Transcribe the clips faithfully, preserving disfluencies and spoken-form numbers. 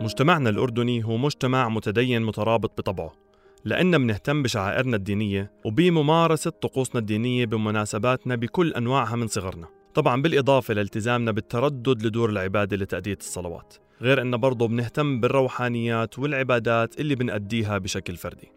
مجتمعنا الأردني هو مجتمع متدين مترابط بطبعه، لأننا منهتم بشعائرنا الدينية وبممارسة طقوسنا الدينية بمناسباتنا بكل أنواعها من صغرنا، طبعاً بالإضافة لالتزامنا بالتردد لدور العبادة لتأدية الصلوات، غير أننا برضو بنهتم بالروحانيات والعبادات اللي بنأديها بشكل فردي.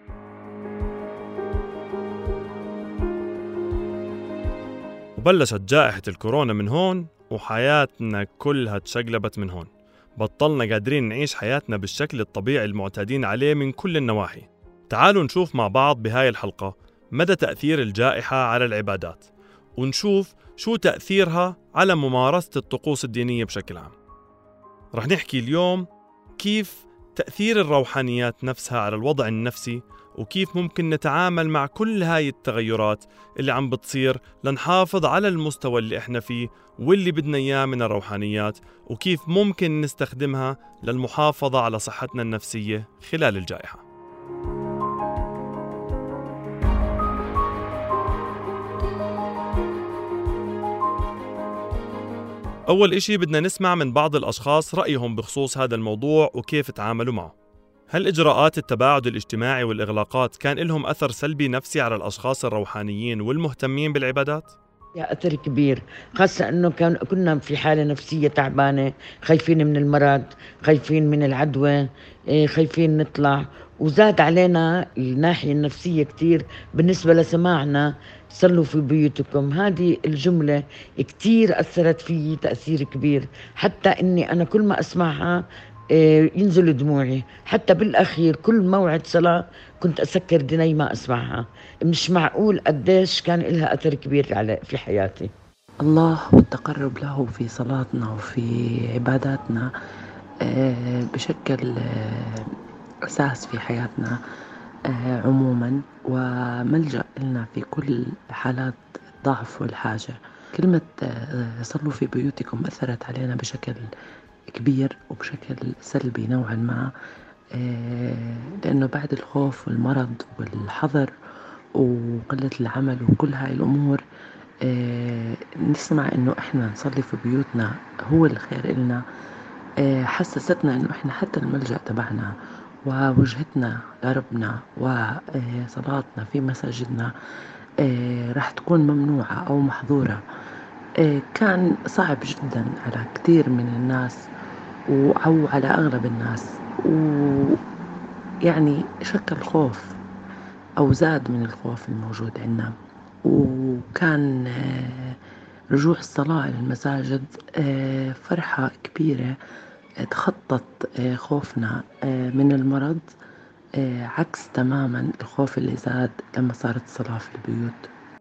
وبلشت جائحة الكورونا من هون، وحياتنا كلها تشقلبت من هون. بطلنا قادرين نعيش حياتنا بالشكل الطبيعي المعتادين عليه من كل النواحي. تعالوا نشوف مع بعض بهاي الحلقة مدى تأثير الجائحة على العبادات، ونشوف شو تأثيرها على ممارسة الطقوس الدينية بشكل عام. رح نحكي اليوم كيف تأثير الروحانيات نفسها على الوضع النفسي، وكيف ممكن نتعامل مع كل هاي التغيرات اللي عم بتصير لنحافظ على المستوى اللي احنا فيه واللي بدنا اياه من الروحانيات، وكيف ممكن نستخدمها للمحافظة على صحتنا النفسية خلال الجائحة. أول إشي بدنا نسمع من بعض الأشخاص رأيهم بخصوص هذا الموضوع وكيف تعاملوا معه. هل إجراءات التباعد الاجتماعي والإغلاقات كان لهم أثر سلبي نفسي على الأشخاص الروحانيين والمهتمين بالعبادات؟ يا أثر كبير، خاصة أنه كان كنا في حالة نفسية تعبانة، خايفين من المرض، خايفين من العدوى، خايفين نطلع، وزاد علينا الناحية النفسية كتير بالنسبة لسماعنا صلوا في بيوتكم. هذه الجملة كتير أثرت فيي تأثير كبير، حتى أني أنا كل ما أسمعها ينزل دموعي. حتى بالأخير كل موعد صلاة كنت أسكر دني ما أسمعها. مش معقول قديش كان لها أثر كبير على في حياتي. الله والتقرب له في صلاتنا وفي عباداتنا بشكل أساس في حياتنا عموما، وملجأ لنا في كل حالات الضعف والحاجة. كلمة صلوا في بيوتكم أثرت علينا بشكل كبير وبشكل سلبي نوعا ما، لأنه بعد الخوف والمرض والحظر وقلة العمل وكل هاي الأمور نسمع إنه إحنا نصلي في بيوتنا هو الخير إلنا. حسستنا إنه إحنا حتى الملجأ تبعنا ووجهتنا لربنا وصلاتنا في مساجدنا راح تكون ممنوعة أو محظورة. كان صعب جدا على كثير من الناس أو على أغلب الناس، ويعني شكل خوف أو زاد من الخوف الموجود عندنا. وكان رجوع الصلاة للمساجد فرحة كبيرة تخطط خوفنا من المرض، عكس تماما الخوف اللي زاد لما صارت الصلاة في البيوت.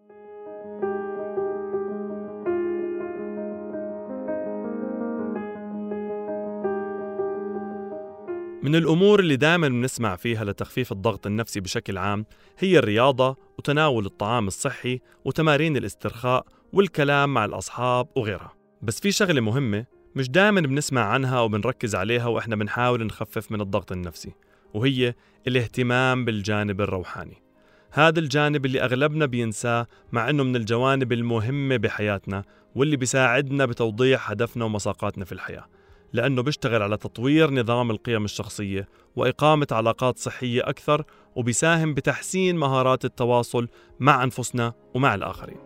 من الأمور اللي دائما بنسمع فيها لتخفيف الضغط النفسي بشكل عام هي الرياضة وتناول الطعام الصحي وتمارين الاسترخاء والكلام مع الأصحاب وغيرها. بس في شغلة مهمة مش دائما بنسمع عنها وبنركز عليها وإحنا بنحاول نخفف من الضغط النفسي، وهي الاهتمام بالجانب الروحاني. هذا الجانب اللي أغلبنا بينساه، مع أنه من الجوانب المهمة بحياتنا واللي بيساعدنا بتوضيح هدفنا ومساقاتنا في الحياة، لأنه بيشتغل على تطوير نظام القيم الشخصية وإقامة علاقات صحية أكثر، وبيساهم بتحسين مهارات التواصل مع أنفسنا ومع الآخرين.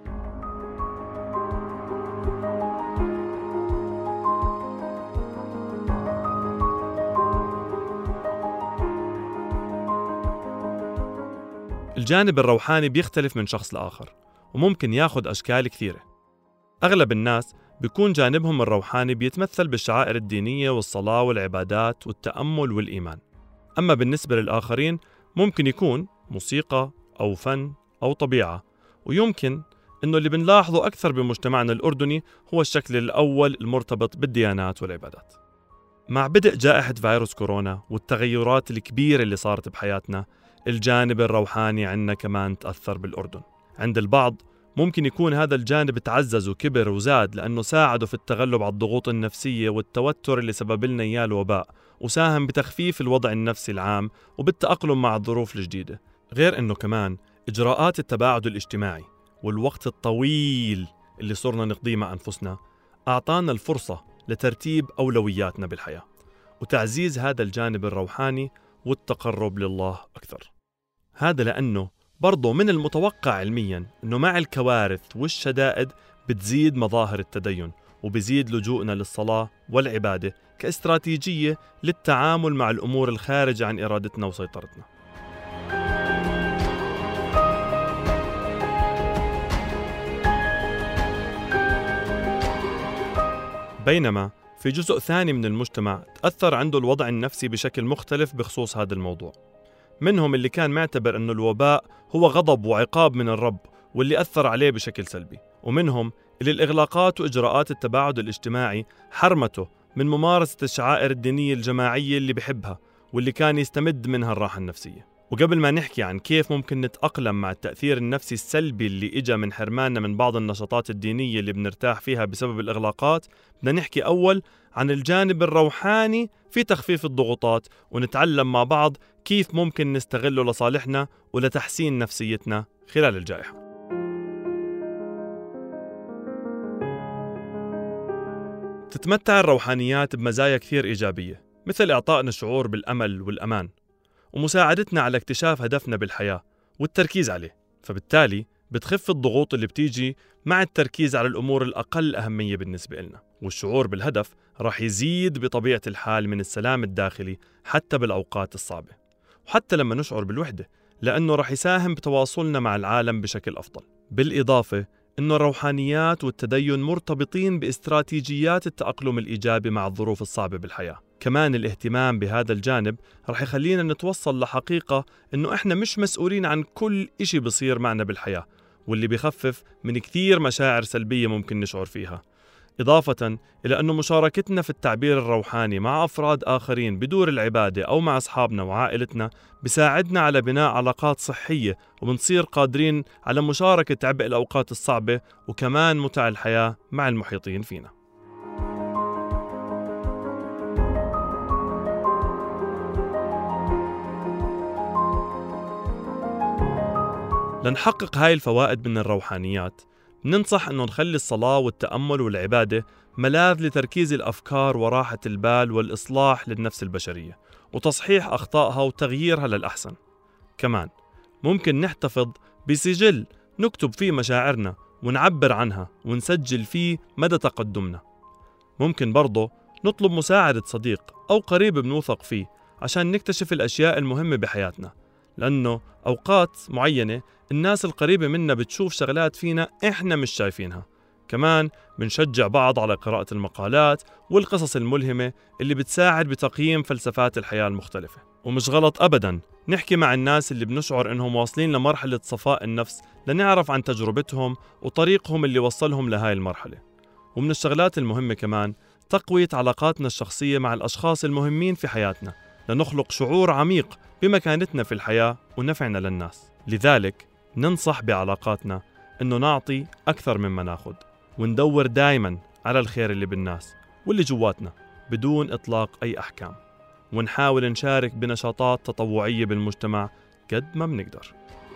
الجانب الروحاني بيختلف من شخص لآخر وممكن ياخد أشكال كثيرة. أغلب الناس بيكون جانبهم الروحاني بيتمثل بالشعائر الدينية والصلاة والعبادات والتأمل والإيمان. أما بالنسبة للآخرين ممكن يكون موسيقى أو فن أو طبيعة، ويمكن أنه اللي بنلاحظه أكثر بمجتمعنا الأردني هو الشكل الأول المرتبط بالديانات والعبادات. مع بدء جائحة فيروس كورونا والتغيرات الكبيرة اللي صارت بحياتنا، الجانب الروحاني عندنا كمان تأثر بالأردن. عند البعض ممكن يكون هذا الجانب تعزز وكبر وزاد لأنه ساعده في التغلب على الضغوط النفسية والتوتر اللي سبب لنا إياه الوباء، وساهم بتخفيف الوضع النفسي العام وبالتأقلم مع الظروف الجديدة. غير أنه كمان إجراءات التباعد الاجتماعي والوقت الطويل اللي صرنا نقضيه مع أنفسنا أعطانا الفرصة لترتيب أولوياتنا بالحياة، وتعزيز هذا الجانب الروحاني والتقرب لله أكثر. هذا لأنه برضو من المتوقع علمياً أنه مع الكوارث والشدائد بتزيد مظاهر التدين وبزيد لجوءنا للصلاة والعبادة كاستراتيجية للتعامل مع الأمور الخارجة عن إرادتنا وسيطرتنا. بينما في جزء ثاني من المجتمع تأثر عنده الوضع النفسي بشكل مختلف بخصوص هذا الموضوع. منهم اللي كان معتبر أنه الوباء هو غضب وعقاب من الرب واللي أثر عليه بشكل سلبي، ومنهم اللي الإغلاقات وإجراءات التباعد الاجتماعي حرمته من ممارسة الشعائر الدينية الجماعية اللي بحبها واللي كان يستمد منها الراحة النفسية. وقبل ما نحكي عن كيف ممكن نتأقلم مع التأثير النفسي السلبي اللي إجا من حرماننا من بعض النشاطات الدينية اللي بنرتاح فيها بسبب الإغلاقات، بدنا نحكي أول عن الجانب الروحاني في تخفيف الضغوطات، ونتعلم مع بعض كيف ممكن نستغله لصالحنا ولتحسين نفسيتنا خلال الجائحة. تتمتع الروحانيات بمزايا كثير إيجابية، مثل إعطائنا شعور بالأمل والأمان ومساعدتنا على اكتشاف هدفنا بالحياة والتركيز عليه، فبالتالي بتخف الضغوط اللي بتيجي مع التركيز على الأمور الأقل أهمية بالنسبة لنا. والشعور بالهدف راح يزيد بطبيعة الحال من السلام الداخلي حتى بالأوقات الصعبة، وحتى لما نشعر بالوحدة، لأنه راح يساهم بتواصلنا مع العالم بشكل أفضل. بالإضافة إنه الروحانيات والتدين مرتبطين باستراتيجيات التأقلم الإيجابي مع الظروف الصعبة بالحياة. كمان الاهتمام بهذا الجانب رح يخلينا نتوصل لحقيقة إنه إحنا مش مسؤولين عن كل إشي بصير معنا بالحياة، واللي بيخفف من كثير مشاعر سلبية ممكن نشعر فيها. إضافة إلى أنه مشاركتنا في التعبير الروحاني مع أفراد آخرين بدور العبادة أو مع أصحابنا وعائلتنا بيساعدنا على بناء علاقات صحية، وبنصير قادرين على مشاركة عبء الأوقات الصعبة وكمان متع الحياة مع المحيطين فينا. لنحقق هاي الفوائد من الروحانيات، ننصح أنه نخلي الصلاة والتأمل والعبادة ملاذ لتركيز الأفكار وراحة البال والإصلاح للنفس البشرية وتصحيح أخطائها وتغييرها للأحسن. كمان ممكن نحتفظ بسجل نكتب فيه مشاعرنا ونعبر عنها ونسجل فيه مدى تقدمنا. ممكن برضو نطلب مساعدة صديق أو قريب بنوثق فيه عشان نكتشف الأشياء المهمة بحياتنا، لأنه أوقات معينة الناس القريبة منا بتشوف شغلات فينا إحنا مش شايفينها. كمان بنشجع بعض على قراءة المقالات والقصص الملهمة اللي بتساعد بتقييم فلسفات الحياة المختلفة. ومش غلط أبداً نحكي مع الناس اللي بنشعر إنهم واصلين لمرحلة صفاء النفس لنعرف عن تجربتهم وطريقهم اللي وصلهم لهاي المرحلة. ومن الشغلات المهمة كمان تقوية علاقاتنا الشخصية مع الأشخاص المهمين في حياتنا لنخلق شعور عميق بمكانتنا في الحياة ونفعنا للناس. لذلك ننصح بعلاقاتنا إنه نعطي أكثر مما ناخد، وندور دايماً على الخير اللي بالناس واللي جواتنا بدون إطلاق أي أحكام، ونحاول نشارك بنشاطات تطوعية بالمجتمع قد ما بنقدر.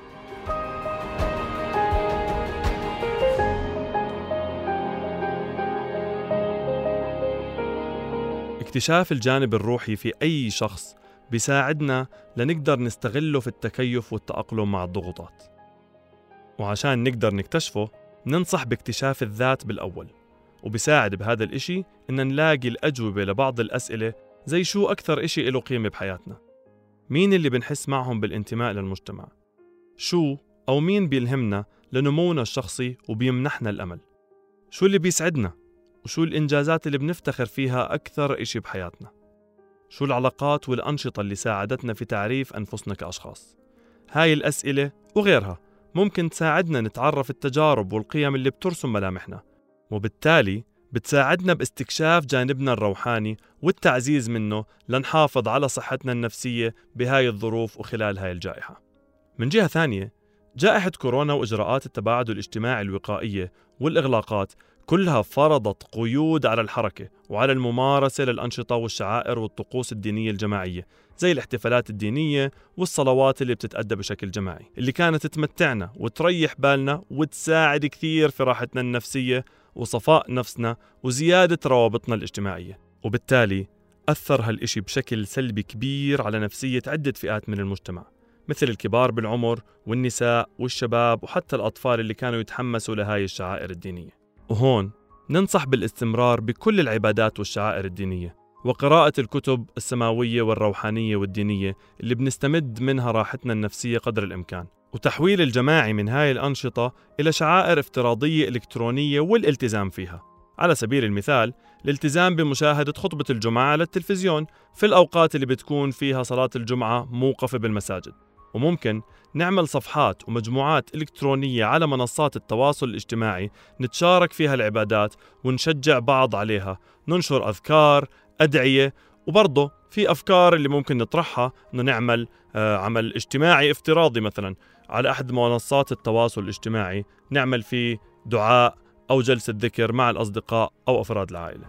اكتشاف الجانب الروحي في أي شخص بيساعدنا لنقدر نستغله في التكيف والتأقلم مع الضغوطات. وعشان نقدر نكتشفه ننصح باكتشاف الذات بالأول، وبيساعد بهذا الإشي إن نلاقي الأجوبة لبعض الأسئلة زي شو أكثر إشي له قيمة بحياتنا، مين اللي بنحس معهم بالانتماء للمجتمع، شو أو مين بيلهمنا لنمونا الشخصي وبيمنحنا الأمل، شو اللي بيسعدنا، وشو الإنجازات اللي بنفتخر فيها أكثر إشي بحياتنا، شو العلاقات والأنشطة اللي ساعدتنا في تعريف أنفسنا كأشخاص. هاي الأسئلة وغيرها ممكن تساعدنا نتعرف التجارب والقيم اللي بترسم ملامحنا، وبالتالي بتساعدنا باستكشاف جانبنا الروحاني والتعزيز منه لنحافظ على صحتنا النفسية بهاي الظروف وخلال هاي الجائحة. من جهة ثانية، جائحة كورونا وإجراءات التباعد الاجتماعي الوقائية والإغلاقات كلها فرضت قيود على الحركة وعلى الممارسة للأنشطة والشعائر والطقوس الدينية الجماعية، زي الاحتفالات الدينية والصلوات اللي بتتأدى بشكل جماعي، اللي كانت تمتعنا وتريح بالنا وتساعد كثير في راحتنا النفسية وصفاء نفسنا وزيادة روابطنا الاجتماعية. وبالتالي أثر هالإشي بشكل سلبي كبير على نفسية عدة فئات من المجتمع، مثل الكبار بالعمر والنساء والشباب وحتى الأطفال اللي كانوا يتحمسوا لهاي الشعائر الدينية. وهون ننصح بالاستمرار بكل العبادات والشعائر الدينية وقراءة الكتب السماوية والروحانية والدينية اللي بنستمد منها راحتنا النفسية قدر الإمكان، وتحويل الجماعي من هاي الأنشطة إلى شعائر افتراضية إلكترونية والالتزام فيها. على سبيل المثال الالتزام بمشاهدة خطبة الجمعة على التلفزيون في الأوقات اللي بتكون فيها صلاة الجمعة موقفة بالمساجد. وممكن نعمل صفحات ومجموعات إلكترونية على منصات التواصل الاجتماعي نتشارك فيها العبادات ونشجع بعض عليها، ننشر أذكار، أدعية، وبرضه في أفكار اللي ممكن نطرحها إنه نعمل آه عمل اجتماعي افتراضي مثلا على أحد منصات التواصل الاجتماعي، نعمل فيه دعاء أو جلسة ذكر مع الأصدقاء أو أفراد العائلة.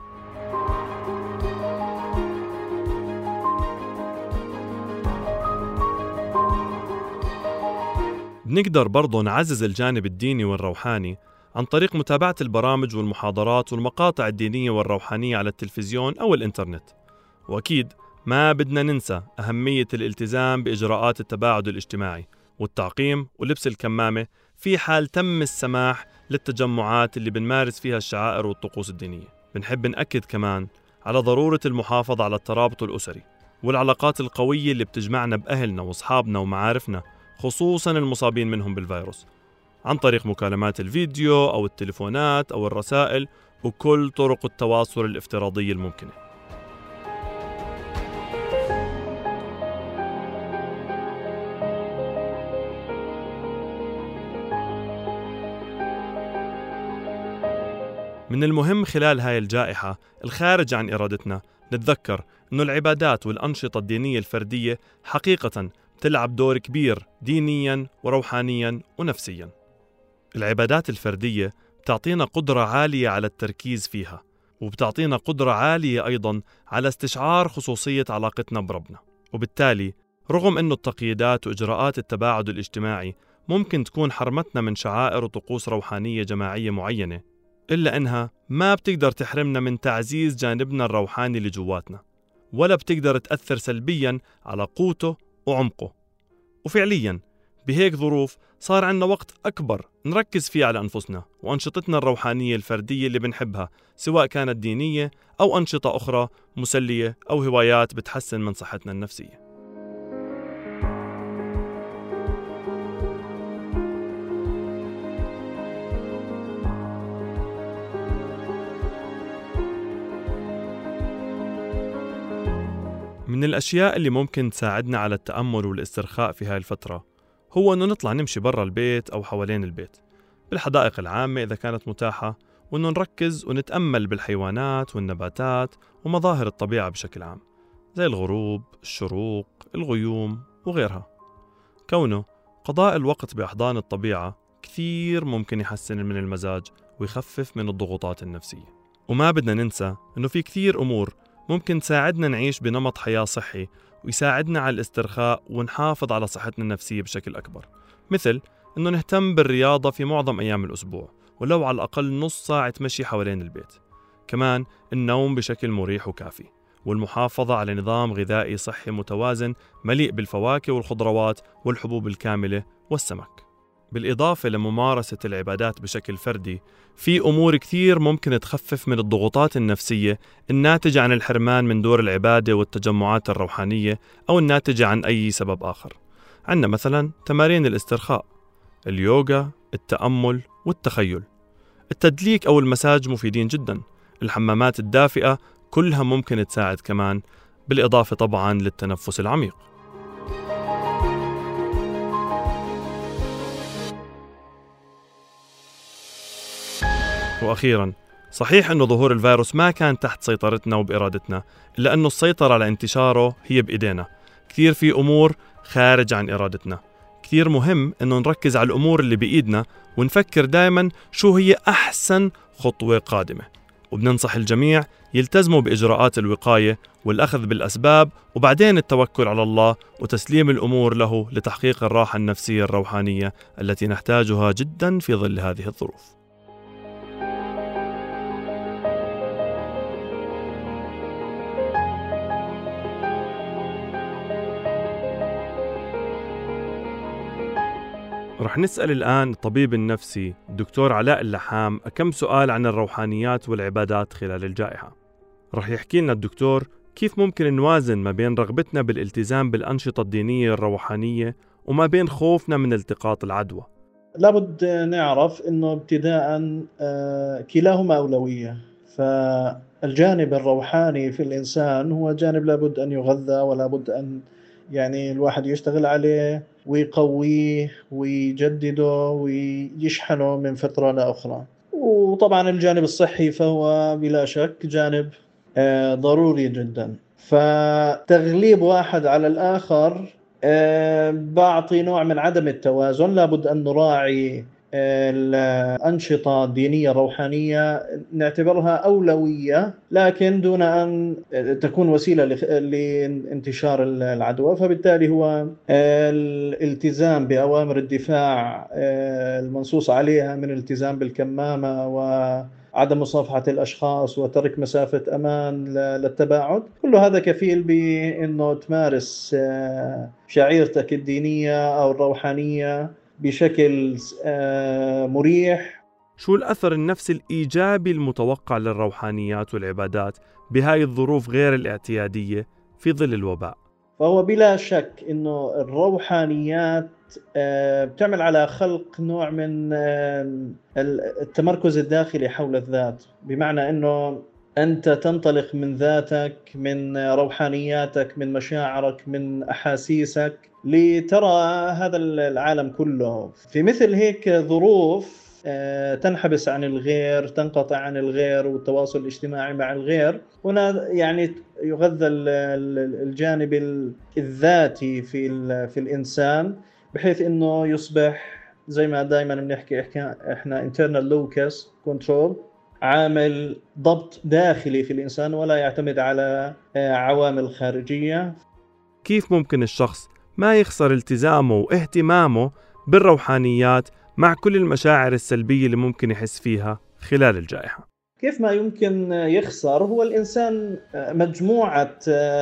بنقدر برضو نعزز الجانب الديني والروحاني عن طريق متابعة البرامج والمحاضرات والمقاطع الدينية والروحانية على التلفزيون أو الإنترنت. وأكيد ما بدنا ننسى أهمية الالتزام بإجراءات التباعد الاجتماعي والتعقيم ولبس الكمامة في حال تم السماح للتجمعات اللي بنمارس فيها الشعائر والطقوس الدينية. بنحب نأكد كمان على ضرورة المحافظة على الترابط الأسري والعلاقات القوية اللي بتجمعنا بأهلنا وأصحابنا ومعارفنا، خصوصاً المصابين منهم بالفيروس، عن طريق مكالمات الفيديو أو التليفونات أو الرسائل وكل طرق التواصل الافتراضية الممكنة. من المهم خلال هاي الجائحة الخارج عن إرادتنا نتذكر أن العبادات والأنشطة الدينية الفردية حقيقة تلعب دور كبير دينياً وروحانياً ونفسياً. العبادات الفردية بتعطينا قدرة عالية على التركيز فيها، وبتعطينا قدرة عالية أيضاً على استشعار خصوصية علاقتنا بربنا. وبالتالي رغم أنه التقييدات وإجراءات التباعد الاجتماعي ممكن تكون حرمتنا من شعائر وطقوس روحانية جماعية معينة، إلا أنها ما بتقدر تحرمنا من تعزيز جانبنا الروحاني اللي جواتنا، ولا بتقدر تأثر سلبياً على قوته وعمقه. وفعلياً بهيك ظروف صار عنا وقت أكبر نركز فيه على أنفسنا وأنشطتنا الروحانية الفردية اللي بنحبها، سواء كانت دينية أو أنشطة أخرى مسلية أو هوايات بتحسن من صحتنا النفسية. من الأشياء اللي ممكن تساعدنا على التأمل والاسترخاء في هاي الفترة هو أنه نطلع نمشي برا البيت أو حوالين البيت بالحدائق العامة إذا كانت متاحة، وأنه نركز ونتأمل بالحيوانات والنباتات ومظاهر الطبيعة بشكل عام زي الغروب، الشروق، الغيوم وغيرها. كونه قضاء الوقت بأحضان الطبيعة كثير ممكن يحسن من المزاج ويخفف من الضغوطات النفسية. وما بدنا ننسى أنه في كثير أمور ممكن تساعدنا نعيش بنمط حياة صحي ويساعدنا على الاسترخاء ونحافظ على صحتنا النفسية بشكل أكبر، مثل أنه نهتم بالرياضة في معظم أيام الأسبوع ولو على الأقل نص ساعة مشي حوالين البيت. كمان النوم بشكل مريح وكافي، والمحافظة على نظام غذائي صحي متوازن مليء بالفواكه والخضروات والحبوب الكاملة والسمك. بالإضافة لممارسة العبادات بشكل فردي، في أمور كثير ممكن تخفف من الضغوطات النفسية الناتجة عن الحرمان من دور العبادة والتجمعات الروحانية أو الناتجة عن أي سبب آخر. عندنا مثلا تمارين الاسترخاء، اليوغا، التأمل والتخيل. التدليك أو المساج مفيدين جدا. الحمامات الدافئة كلها ممكن تساعد كمان، بالإضافة طبعا للتنفس العميق. وأخيراً، صحيح أنه ظهور الفيروس ما كان تحت سيطرتنا وبإرادتنا، إلا أنه السيطرة على انتشاره هي بإيدينا. كثير في أمور خارج عن إرادتنا. كثير مهم أنه نركز على الأمور اللي بإيدنا ونفكر دائماً شو هي أحسن خطوة قادمة. وبننصح الجميع يلتزموا بإجراءات الوقاية والأخذ بالأسباب، وبعدين التوكل على الله وتسليم الأمور له لتحقيق الراحة النفسية الروحانية التي نحتاجها جداً في ظل هذه الظروف. رح نسأل الآن الطبيب النفسي الدكتور علاء اللحام كم سؤال عن الروحانيات والعبادات خلال الجائحة. رح يحكي لنا الدكتور كيف ممكن نوازن ما بين رغبتنا بالالتزام بالأنشطة الدينية الروحانية وما بين خوفنا من التقاط العدوى. لابد نعرف إنه ابتداء كلاهما أولوية، فالجانب الروحاني في الإنسان هو جانب لابد أن يغذى ولابد أن يعني الواحد يشتغل عليه ويقويه ويجدده ويشحنه من فترة لأخرى. وطبعا الجانب الصحي فهو بلا شك جانب ضروري جدا، فتغليب واحد على الآخر بعطي نوع من عدم التوازن. لابد أن نراعي الأنشطة الدينية الروحانية نعتبرها أولوية، لكن دون أن تكون وسيلة لانتشار العدوى. فبالتالي هو الالتزام بأوامر الدفاع المنصوص عليها من الالتزام بالكمامة وعدم مصافحة الأشخاص وترك مسافة أمان للتباعد، كل هذا كفيل بأنه تمارس شعيرتك الدينية أو الروحانية بشكل مريح. شو الأثر النفسي الإيجابي المتوقع للروحانيات والعبادات بهاي الظروف غير الاعتيادية في ظل الوباء؟ فهو بلا شك إنه الروحانيات بتعمل على خلق نوع من التمركز الداخلي حول الذات، بمعنى إنه أنت تنطلق من ذاتك، من روحانياتك، من مشاعرك، من أحاسيسك، لترى هذا العالم كله. في مثل هيك ظروف تنحبس عن الغير، تنقطع عن الغير والتواصل الاجتماعي مع الغير. هنا يعني يغذى الجانب الذاتي في في الإنسان، بحيث إنه يصبح زي ما دائما بنحكي إحنا internal locus control، عامل ضبط داخلي في الإنسان ولا يعتمد على عوامل خارجية. كيف ممكن الشخص ما يخسر التزامه واهتمامه بالروحانيات مع كل المشاعر السلبية اللي ممكن يحس فيها خلال الجائحة؟ كيف ما يمكن يخسر؟ هو الإنسان مجموعة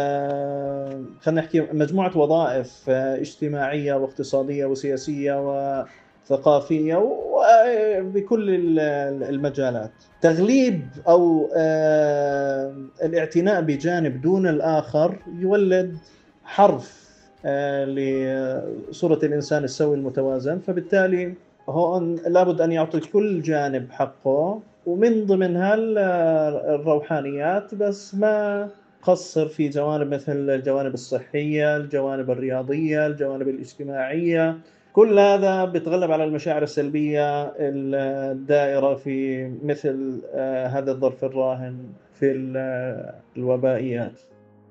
خلينا نحكي مجموعة وظائف اجتماعية واقتصادية وسياسية وثقافية وبكل المجالات. تغليب أو الاعتناء بجانب دون الآخر يولد حرف لصورة الإنسان السوي المتوازن. فبالتالي هون لابد أن يعطي كل جانب حقه، ومن ضمنها الروحانيات، بس ما قصر في جوانب مثل الجوانب الصحية، الجوانب الرياضية، الجوانب الاجتماعية. كل هذا بتغلب على المشاعر السلبية الدائرة في مثل هذا الظرف الراهن في الوبائيات.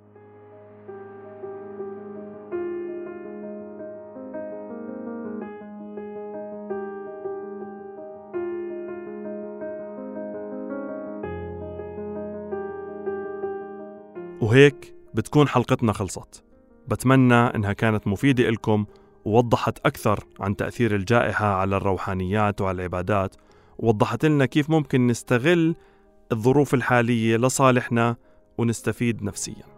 وهيك بتكون حلقتنا خلصت. بتمنى إنها كانت مفيدة لكم ووضحت أكثر عن تأثير الجائحة على الروحانيات وعلى العبادات، ووضحت لنا كيف ممكن نستغل الظروف الحالية لصالحنا ونستفيد نفسياً.